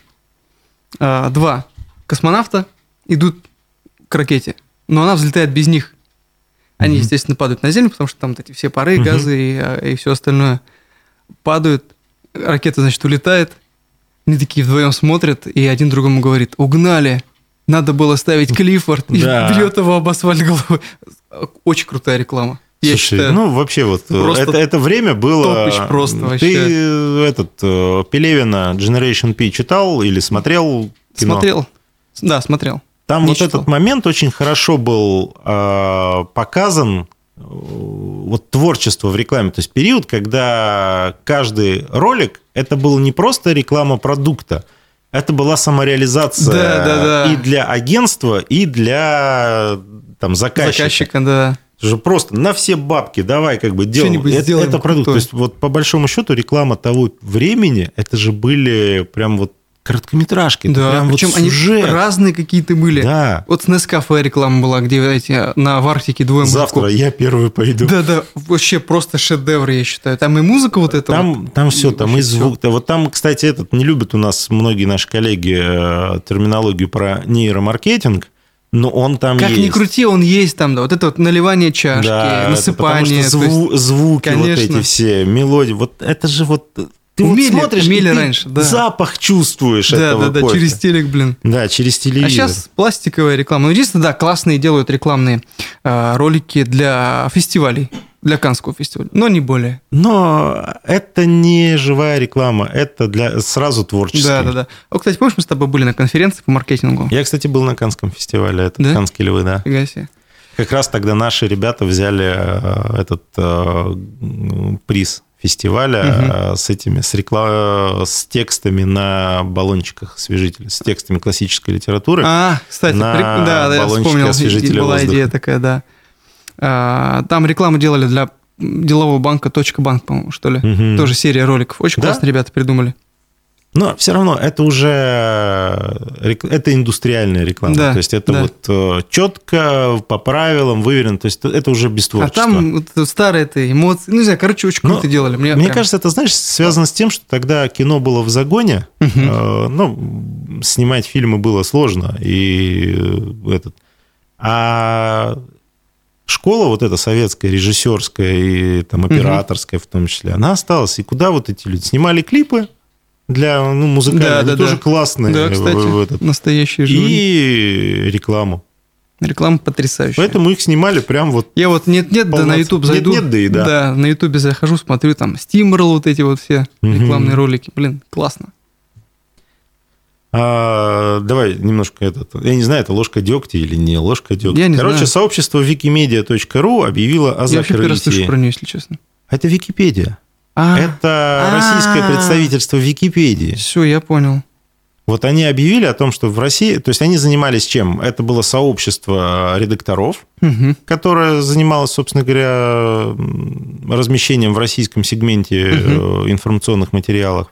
Два космонавта идут к ракете, но она взлетает без них. Они, mm-hmm. естественно, падают на Землю, потому что там вот эти все пары, mm-hmm. газы и, и все остальное падают. Ракета, значит, улетает. Они такие вдвоем смотрят, и один другому говорит: угнали, надо было ставить Клиффорд, и да. бьет его об асфальт головой. Очень крутая реклама. Я Слушай, считаю, ну вообще вот это, это время было... Топыч просто ты вообще. Ты этот Пелевина Generation P читал или смотрел кино? Смотрел, да, смотрел. Там Не вот читал. этот момент очень хорошо был э, показан, э, вот творчество в рекламе. То есть период, когда каждый ролик, это была не просто реклама продукта, это была самореализация да, да, да. и для агентства, и для там, заказчика. Заказчика, да. Же просто на все бабки давай как бы делаем. Это, это продукт. То есть вот по большому счету реклама того времени, это же были прям вот короткометражки. Да, прям причем вот они сюжет. разные какие-то были. Да. Вот с Нескафе реклама была, где эти на в Арктике двое мужиков. Завтра я первый пойду. Да-да, вообще просто шедевр, я считаю. Там и музыка вот эта. Там, вот, там все, там и звук. Все. Вот там, кстати, этот не любят у нас многие наши коллеги терминологию про нейромаркетинг, но он там как есть. Как ни крути, он есть там, да. Вот это вот наливание чашки, да, насыпание. Это потому что зву- есть, звуки конечно. вот эти все, мелодии. Вот это же вот... ты умели, вот смотришь, умели и раньше, ты да. запах чувствуешь да, этого Да, да, кофе. через телек, блин. Да, через телевизор. А сейчас пластиковая реклама. Ну, единственное, да, классные делают рекламные э, ролики для фестивалей, для Каннского фестиваля, но не более. Но это не живая реклама, это для сразу творческая. Да, да, да. О, кстати, помнишь, мы с тобой были на конференции по маркетингу? Я, кстати, был на Каннском фестивале, это да? Каннские львы, да. Фига себе. Как раз тогда наши ребята взяли этот э, приз фестиваля угу. с этими, с, реклам... с текстами на баллончиках освежителя, с текстами классической литературы. А, кстати, на прик... да, да, я вспомнил, освежителя была воздуха. идея такая, да. А, там рекламу делали для делового банка «Точка банк», по-моему, что ли. Угу. Тоже серия роликов. Очень да? классно ребята придумали. Но все равно это уже это индустриальная реклама. Да, то есть это да. вот четко, по правилам, выверено. То есть это уже без творчества. А там вот старые это эмоции. Ну, не знаю, короче, очень круто Но делали. Мне, мне прям... кажется, это, знаешь, связано с тем, что тогда кино было в загоне. Угу. Э, ну, снимать фильмы было сложно. И этот... А школа вот эта советская, режиссерская и там, операторская угу. в том числе, она осталась. И куда вот эти люди снимали клипы? Для ну, музыкальных, да, они да, тоже да. классные. Да, кстати, в этот. Настоящие живые. И рекламу. Реклама потрясающая. Поэтому их снимали прям вот... Я вот нет-нет, да на YouTube зайду. Нет-нет, да и да. Да, на YouTube захожу, смотрю, там, Steamroll, вот эти вот все угу. рекламные ролики. Блин, классно. А, давай немножко этот... Я не знаю, это ложка дегтя или не ложка дегтя. Я не Короче, знаю. сообщество викимедиа точка ру объявило о Я закрытии. Я вообще первый раз слышу про нее, если честно. Это Википедия. А, это а, российское представительство Википедии. Все, я понял. Вот они объявили о том, что в России... То есть они занимались чем? Это было сообщество редакторов, угу. которое занималось, собственно говоря, размещением в российском сегменте угу. информационных материалов.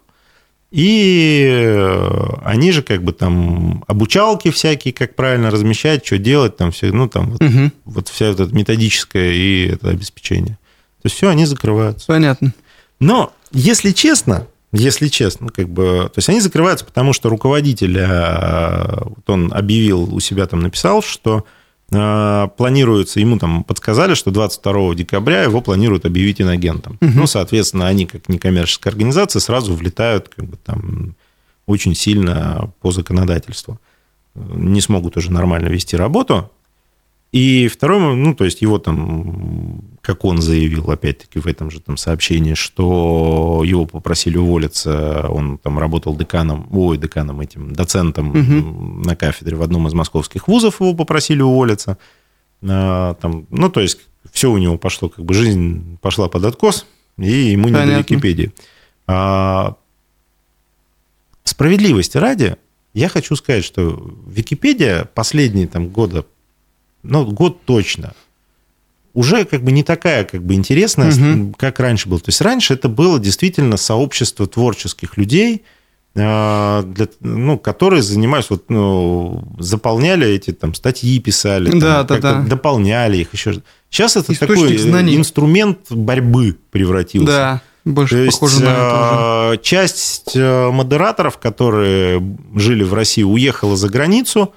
И они же как бы там обучалки всякие, как правильно размещать, что делать, там все, ну там вот, угу. вот вся вот эта методическое и это обеспечение. То есть все, они закрываются. Понятно. Но, если честно, если честно, как бы, то есть они закрываются, потому что руководитель, вот он объявил у себя, там написал, что э, планируется, ему там подсказали, что двадцать второго декабря его планируют объявить инагентом. Угу. Ну, соответственно, они, как некоммерческая организация, сразу влетают как бы, там, очень сильно по законодательству. Не смогут уже нормально вести работу. И второй, ну, то есть его там, как он заявил, опять-таки, в этом же там сообщении, что его попросили уволиться, он там работал деканом, ой, деканом этим, доцентом угу. на кафедре в одном из московских вузов, его попросили уволиться. Там, ну, то есть все у него пошло, как бы жизнь пошла под откос, и ему не до Википедии. А, справедливости ради, я хочу сказать, что Википедия последние там года, ну, год точно, уже как бы не такая как бы интересная, угу. как раньше было. То есть раньше это было действительно сообщество творческих людей, для, ну, которые занимались, вот, ну, заполняли эти там статьи, писали, да, там, да, да. дополняли их еще. Сейчас это Источник такой знаний. Инструмент борьбы превратился. Да, больше То похоже есть, на это уже. Часть модераторов, которые жили в России, уехала за границу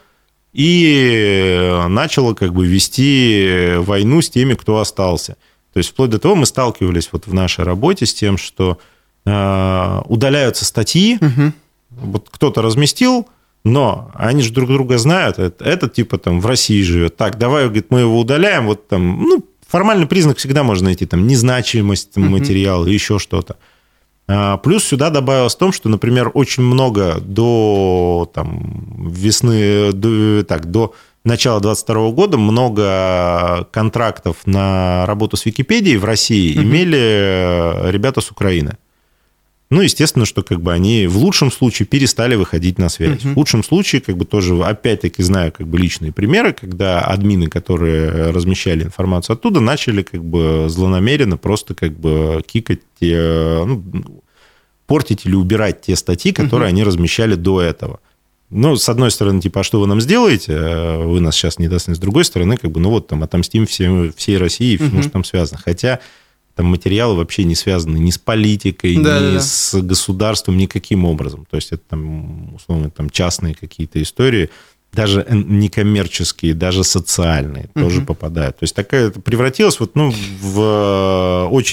и начала как бы вести войну с теми, кто остался. То есть вплоть до того мы сталкивались вот в нашей работе с тем, что э, удаляются статьи, угу. вот кто-то разместил, но они же друг друга знают, этот, этот типа там в России живет, так, давай, говорит, мы его удаляем, вот там, ну, формальный признак всегда можно найти, там, незначимость угу. материала, еще что-то. Плюс сюда добавилось в том, что, например, очень много до там, весны, до, так, до начала двадцать второго года много контрактов на работу с Википедией в России mm-hmm. имели ребята с Украины. Ну, естественно, что как бы они в лучшем случае перестали выходить на связь. Mm-hmm. В худшем случае, как бы тоже, опять-таки, знаю как бы личные примеры, когда админы, которые размещали информацию оттуда, начали как бы злонамеренно просто как бы кикать те, ну, портить или убирать те статьи, которые mm-hmm. они размещали до этого. Ну, с одной стороны, типа, а что вы нам сделаете? Вы нас сейчас не дастся. С другой стороны, как бы, ну вот, там, отомстим всем, всей России, mm-hmm. потому что там связано. Хотя там материалы вообще не связаны ни с политикой, да, ни да. с государством, никаким образом. То есть это там, условно, там частные какие-то истории, даже некоммерческие, даже социальные, uh-huh. тоже попадают. То есть такая это превратилось вот, ну, в очень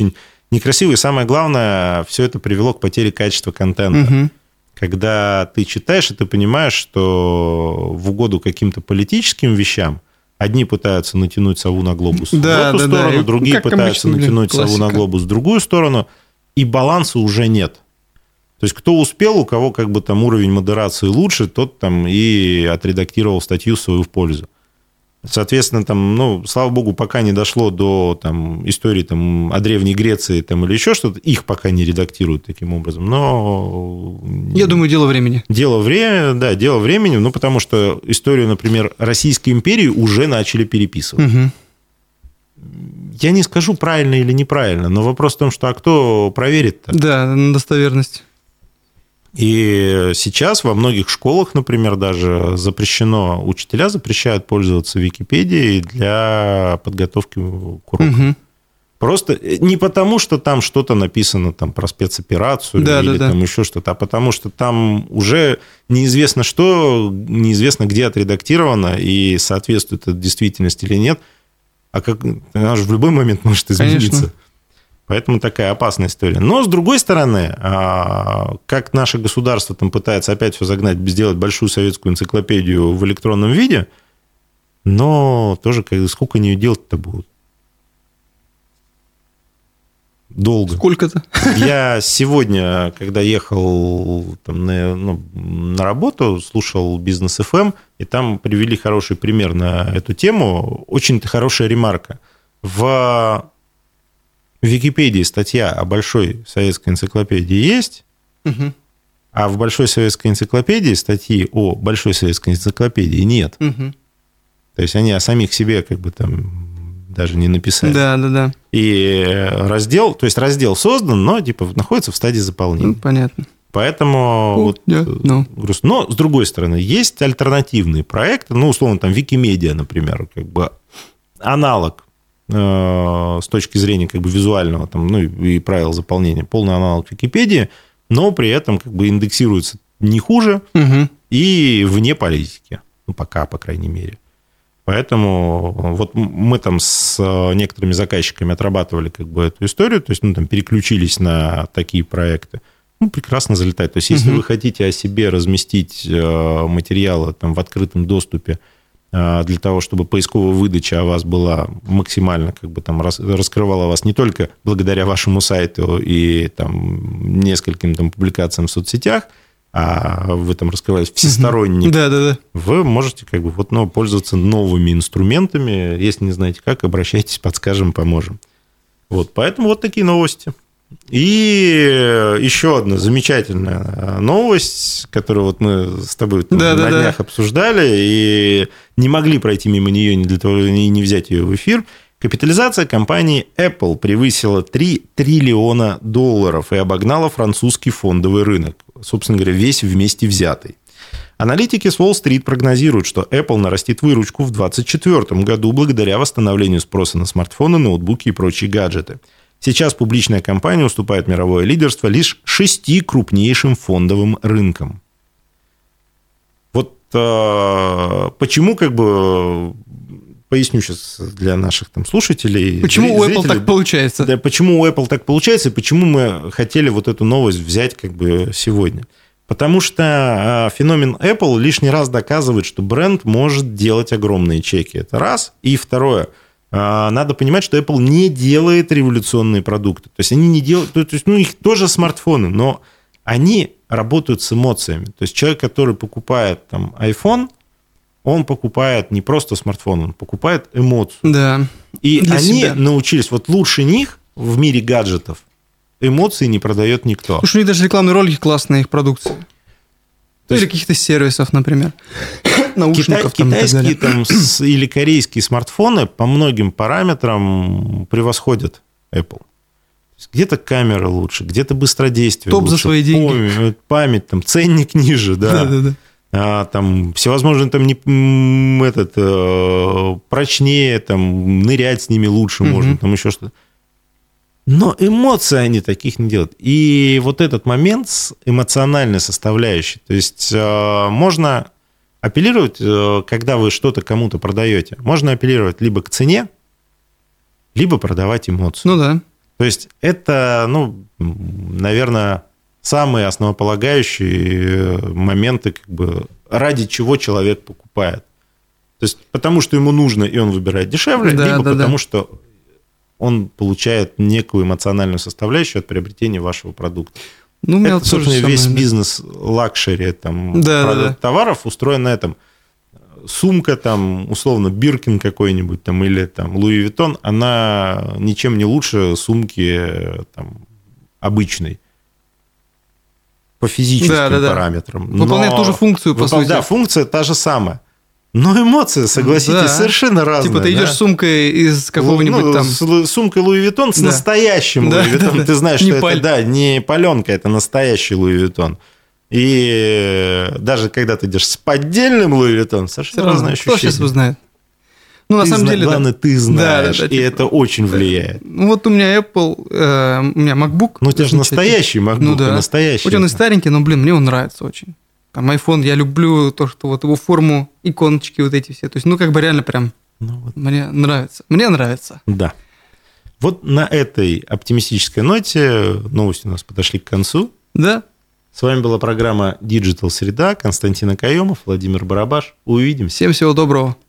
некрасиво, и самое главное, все это привело к потере качества контента. Угу. Когда ты читаешь, и ты понимаешь, что в угоду каким-то политическим вещам одни пытаются натянуть сову на глобус да, в эту да, сторону, да. другие ну, пытаются обычно, натянуть блин, сову на глобус в другую сторону, и баланса уже нет. То есть кто успел, у кого как бы там уровень модерации лучше, тот там и отредактировал статью свою в пользу. Соответственно, там, ну, слава богу, пока не дошло до там, истории там, о Древней Греции там, или еще что-то, их пока не редактируют таким образом. Но... Я думаю, дело времени. Дело времени, да, дело времени, ну, потому что историю, например, Российской империи уже начали переписывать. Угу. Я не скажу, правильно или неправильно, но вопрос в том, что а кто проверит-то? Да, на достоверность. И сейчас во многих школах, например, даже запрещено, учителя запрещают пользоваться Википедией для подготовки к уроку. Угу. Просто не потому, что там что-то написано там, про спецоперацию да, или да, там да. еще что-то, а потому что там уже неизвестно что, неизвестно где отредактировано и соответствует это действительности или нет. А как, она же в любой момент может измениться. Конечно. Поэтому такая опасная история. Но, с другой стороны, как наше государство там пытается опять все загнать, сделать большую советскую энциклопедию в электронном виде, но тоже сколько они ее делать-то будут? Долго. Сколько-то? Я сегодня, когда ехал там, на, ну, на работу, слушал Бизнес эф эм, и там привели хороший пример на эту тему. Очень хорошая ремарка. В В Википедии статья о Большой советской энциклопедии есть, угу. а в Большой советской энциклопедии статьи о Большой советской энциклопедии нет. Угу. То есть они о самих себе как бы там даже не написали. Да, да, да. И раздел, то есть раздел создан, но типа находится в стадии заполнения. Ну, понятно. Поэтому oh, вот, yeah, no. грустно. Но, с другой стороны, есть альтернативные проекты, ну, условно, там, Викимедиа, например, как бы аналог с точки зрения как бы визуального там, ну, и правил заполнения, полный аналог Википедии, но при этом как бы индексируется не хуже угу. и вне политики. Ну, пока, по крайней мере. Поэтому вот мы там с некоторыми заказчиками отрабатывали как бы эту историю, то есть ну, там переключились на такие проекты. Ну, прекрасно залетает. То есть если угу. вы хотите о себе разместить материалы там, в открытом доступе, для того, чтобы поисковая выдача о вас была максимально, как бы там раскрывала вас не только благодаря вашему сайту и там нескольким там публикациям в соцсетях, а вы там раскрывались всесторонне, да, да, да. вы можете как бы вот, ну, пользоваться новыми инструментами. Если не знаете как, обращайтесь, подскажем, поможем. Вот, поэтому вот такие новости. И еще одна замечательная новость, которую вот мы с тобой там, да, на да, днях да. обсуждали, и не могли пройти мимо нее не для того, и не взять ее в эфир. Капитализация компании Apple превысила три триллиона долларов и обогнала французский фондовый рынок, собственно говоря, весь вместе взятый. Аналитики с Уолл-стрит прогнозируют, что Apple нарастит выручку в две тысячи двадцать четвёртом году благодаря восстановлению спроса на смартфоны, ноутбуки и прочие гаджеты. Сейчас публичная компания уступает мировое лидерство лишь шести крупнейшим фондовым рынкам. Вот э, почему, как бы, поясню сейчас для наших там слушателей. Почему зрителей, у Apple так получается? Да, почему у Apple так получается, и почему мы хотели вот эту новость взять как бы сегодня. Потому что феномен Apple лишний раз доказывает, что бренд может делать огромные чеки. Это раз. И второе. Надо понимать, что Apple не делает революционные продукты. То есть они не делают... То есть, ну, их тоже смартфоны, но они работают с эмоциями. То есть человек, который покупает там iPhone, он покупает не просто смартфон, он покупает эмоцию. Да. И они себя. научились... Вот лучше них в мире гаджетов эмоции не продает никто. Слушай, у них даже рекламные ролики классные, их продукции. То Или есть... каких-то сервисов, например. Наушников. Китай, там, китайские там, с, или корейские смартфоны по многим параметрам превосходят Apple. Где-то камера лучше, где-то быстродействие Топ лучше. За свои деньги. Память, память там, ценник ниже, да. Да-да-да. А, там, всевозможные там, не, этот, э, прочнее, там, нырять с ними лучше угу. можно, там еще что-то. Но эмоции они таких не делают. И вот этот момент с эмоциональной составляющей, то есть э, можно апеллировать, э, когда вы что-то кому-то продаете, можно апеллировать либо к цене, либо продавать эмоцию. Ну да. То есть это, ну, наверное, самые основополагающие моменты, как бы, ради чего человек покупает. То есть потому что ему нужно, и он выбирает дешевле, Да, либо да, потому да. что он получает некую эмоциональную составляющую от приобретения вашего продукта. Ну, у меня Это, вот тоже собственно, самое, весь да. бизнес лакшери там, Да, продукт да, да. товаров устроен на этом. Сумка, там, условно, Биркин какой-нибудь там, или там, Луи Виттон, она ничем не лучше сумки там, обычной. По физическим Да, да, да. параметрам. Выполняет Но- ту же функцию, по выпол- сути. Да, функция та же самая. Но эмоции, согласитесь, Да. совершенно разные. Типа ты идешь да? с сумкой из какого-нибудь Ну, там... с лу- сумкой Луи Виттон с Да. настоящим Да, Луи Виттон. да, да. Ты знаешь, Не что паль- это, да, не паленка, это настоящий Луи Виттон. И даже когда ты идешь с поддельным Луи Виттон, Всё совершенно равно, разное кто ощущение. сейчас узнает? Ну, на Ты самом зна- деле, да. главное, ты знаешь, Да, да, да, и типа- это очень влияет. Ну, вот у меня Apple, э, у меня MacBook. Ну, у тебя же замечательный. настоящий MacBook, Ну, да. настоящий. Хоть он и старенький, но, блин, мне он нравится очень. Там iPhone, я люблю то, что вот его форму, иконочки вот эти все. То есть, ну, как бы реально прям Ну, вот. мне нравится. Мне нравится. Да. Вот на этой оптимистической ноте новости у нас подошли к концу. Да? С вами была программа Digital Среда. Константин Акаемов, Владимир Барабаш. Увидимся. Всем всего доброго.